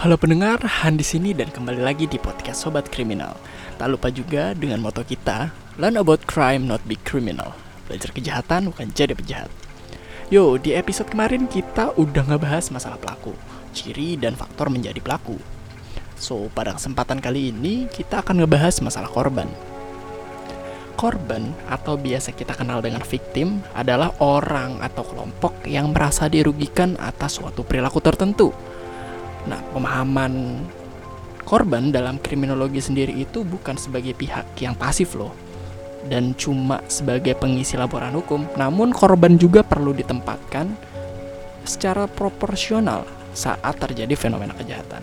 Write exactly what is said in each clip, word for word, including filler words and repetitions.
Halo pendengar, Han di sini dan kembali lagi di podcast Sobat Kriminal. Tak lupa juga dengan moto kita, learn about crime, not be criminal. Belajar kejahatan bukan jadi penjahat. Yo, di episode kemarin kita udah ngebahas masalah pelaku, ciri dan faktor menjadi pelaku. So, pada kesempatan kali ini kita akan ngebahas masalah korban. Korban atau biasa kita kenal dengan victim adalah orang atau kelompok yang merasa dirugikan atas suatu perilaku tertentu. Nah, pemahaman korban dalam kriminologi sendiri itu bukan sebagai pihak yang pasif loh, dan cuma sebagai pengisi laporan hukum, namun korban juga perlu ditempatkan secara proporsional saat terjadi fenomena kejahatan.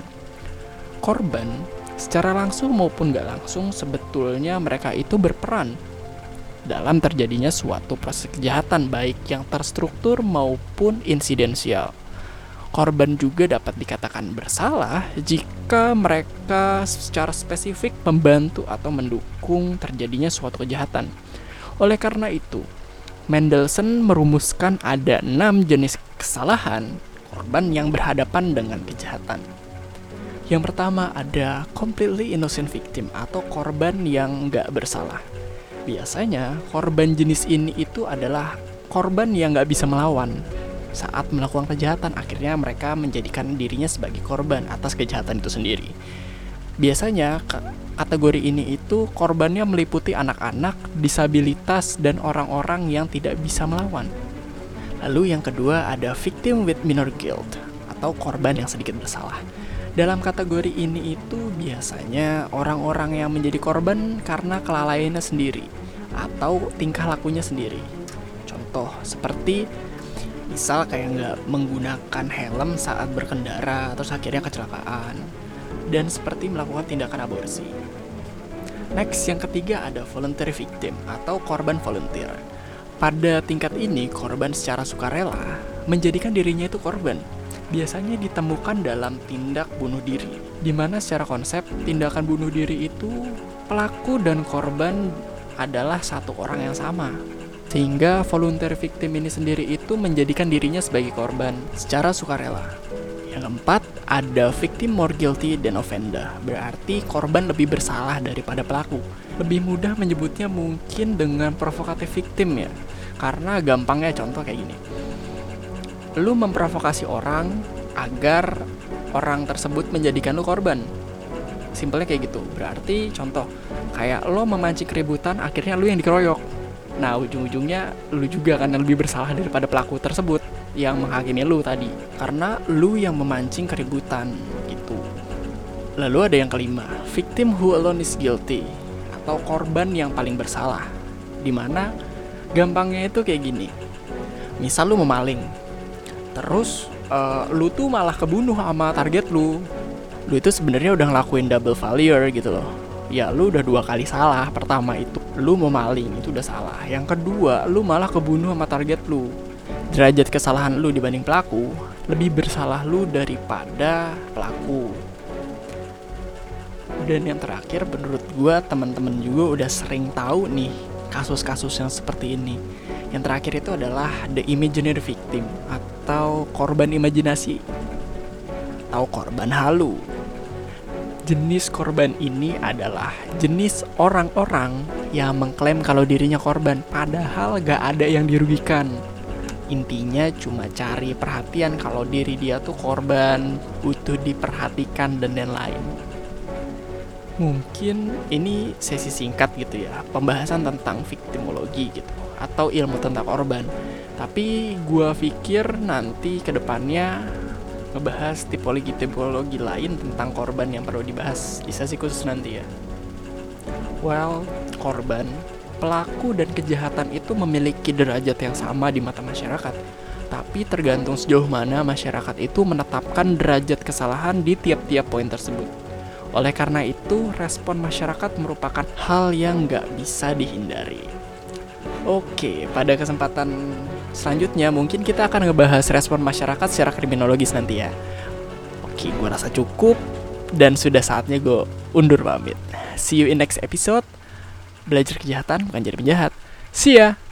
Korban secara langsung maupun gak langsung sebetulnya mereka itu berperan dalam terjadinya suatu proses kejahatan baik yang terstruktur maupun insidensial. Korban juga dapat dikatakan bersalah jika mereka secara spesifik membantu atau mendukung terjadinya suatu kejahatan. Oleh karena itu, Mendelssohn merumuskan ada enam jenis kesalahan korban yang berhadapan dengan kejahatan. Yang pertama ada completely innocent victim atau korban yang nggak bersalah. Biasanya korban jenis ini itu adalah korban yang nggak bisa melawan. Saat melakukan kejahatan, akhirnya mereka menjadikan dirinya sebagai korban atas kejahatan itu sendiri. Biasanya kategori ini itu korbannya meliputi anak-anak, disabilitas, dan orang-orang yang tidak bisa melawan. Lalu yang kedua ada victim with minor guilt atau korban yang sedikit bersalah. Dalam kategori ini itu biasanya orang-orang yang menjadi korban karena kelalaiannya sendiri atau tingkah lakunya sendiri. Contoh seperti misal kayak nggak menggunakan helm saat berkendara, terus akhirnya kecelakaan, dan seperti melakukan tindakan aborsi. Next, yang ketiga ada voluntary victim atau korban volunteer. Pada tingkat ini, korban secara sukarela menjadikan dirinya itu korban. Biasanya ditemukan dalam tindak bunuh diri, di mana secara konsep tindakan bunuh diri itu pelaku dan korban adalah satu orang yang sama. Sehingga voluntary victim ini sendiri itu menjadikan dirinya sebagai korban secara sukarela. Yang keempat, ada victim more guilty than offender. Berarti korban lebih bersalah daripada pelaku. Lebih mudah menyebutnya mungkin dengan provokatif victim ya. Karena gampangnya contoh kayak gini. Lu memprovokasi orang agar orang tersebut menjadikan lu korban. Simpelnya kayak gitu. Berarti contoh, kayak lo memancing keributan, akhirnya lu yang dikeroyok. Nah, ujung-ujungnya lu juga kan lebih bersalah daripada pelaku tersebut yang menghakimi lu tadi, karena lu yang memancing keributan gitu. Lalu ada yang kelima, victim who alone is guilty atau korban yang paling bersalah. Dimana gampangnya itu kayak gini. Misal lu memaling, terus uh, lu tuh malah kebunuh sama target lu. Lu itu sebenarnya udah ngelakuin double failure gitu loh. Ya lu udah dua kali salah. Pertama itu lu mau maling, itu udah salah. Yang kedua, lu malah kebunuh sama target lu. Derajat kesalahan lu dibanding pelaku lebih bersalah lu daripada pelaku. Dan yang terakhir, menurut gua teman-teman juga udah sering tahu nih kasus-kasus yang seperti ini. Yang terakhir itu adalah the imaginary victim atau korban imajinasi atau korban halu. Jenis korban ini adalah jenis orang-orang yang mengklaim kalau dirinya korban, padahal gak ada yang dirugikan. Intinya cuma cari perhatian kalau diri dia tuh korban, butuh diperhatikan dan lain-lain. Mungkin ini sesi singkat gitu ya, pembahasan tentang victimologi gitu, atau ilmu tentang korban. Tapi gua pikir nanti kedepannya ngebahas tipologi-tipologi lain tentang korban yang perlu dibahas di sesi khusus nanti ya. Well, korban, pelaku dan kejahatan itu memiliki derajat yang sama di mata masyarakat. Tapi tergantung sejauh mana masyarakat itu menetapkan derajat kesalahan di tiap-tiap poin tersebut. Oleh karena itu, respon masyarakat merupakan hal yang gak bisa dihindari. Oke, pada kesempatan selanjutnya mungkin kita akan ngebahas respon masyarakat secara kriminologis nanti ya. Oke, gue rasa cukup dan sudah saatnya gue undur pamit. See you in next episode. Belajar kejahatan bukan jadi penjahat. See ya!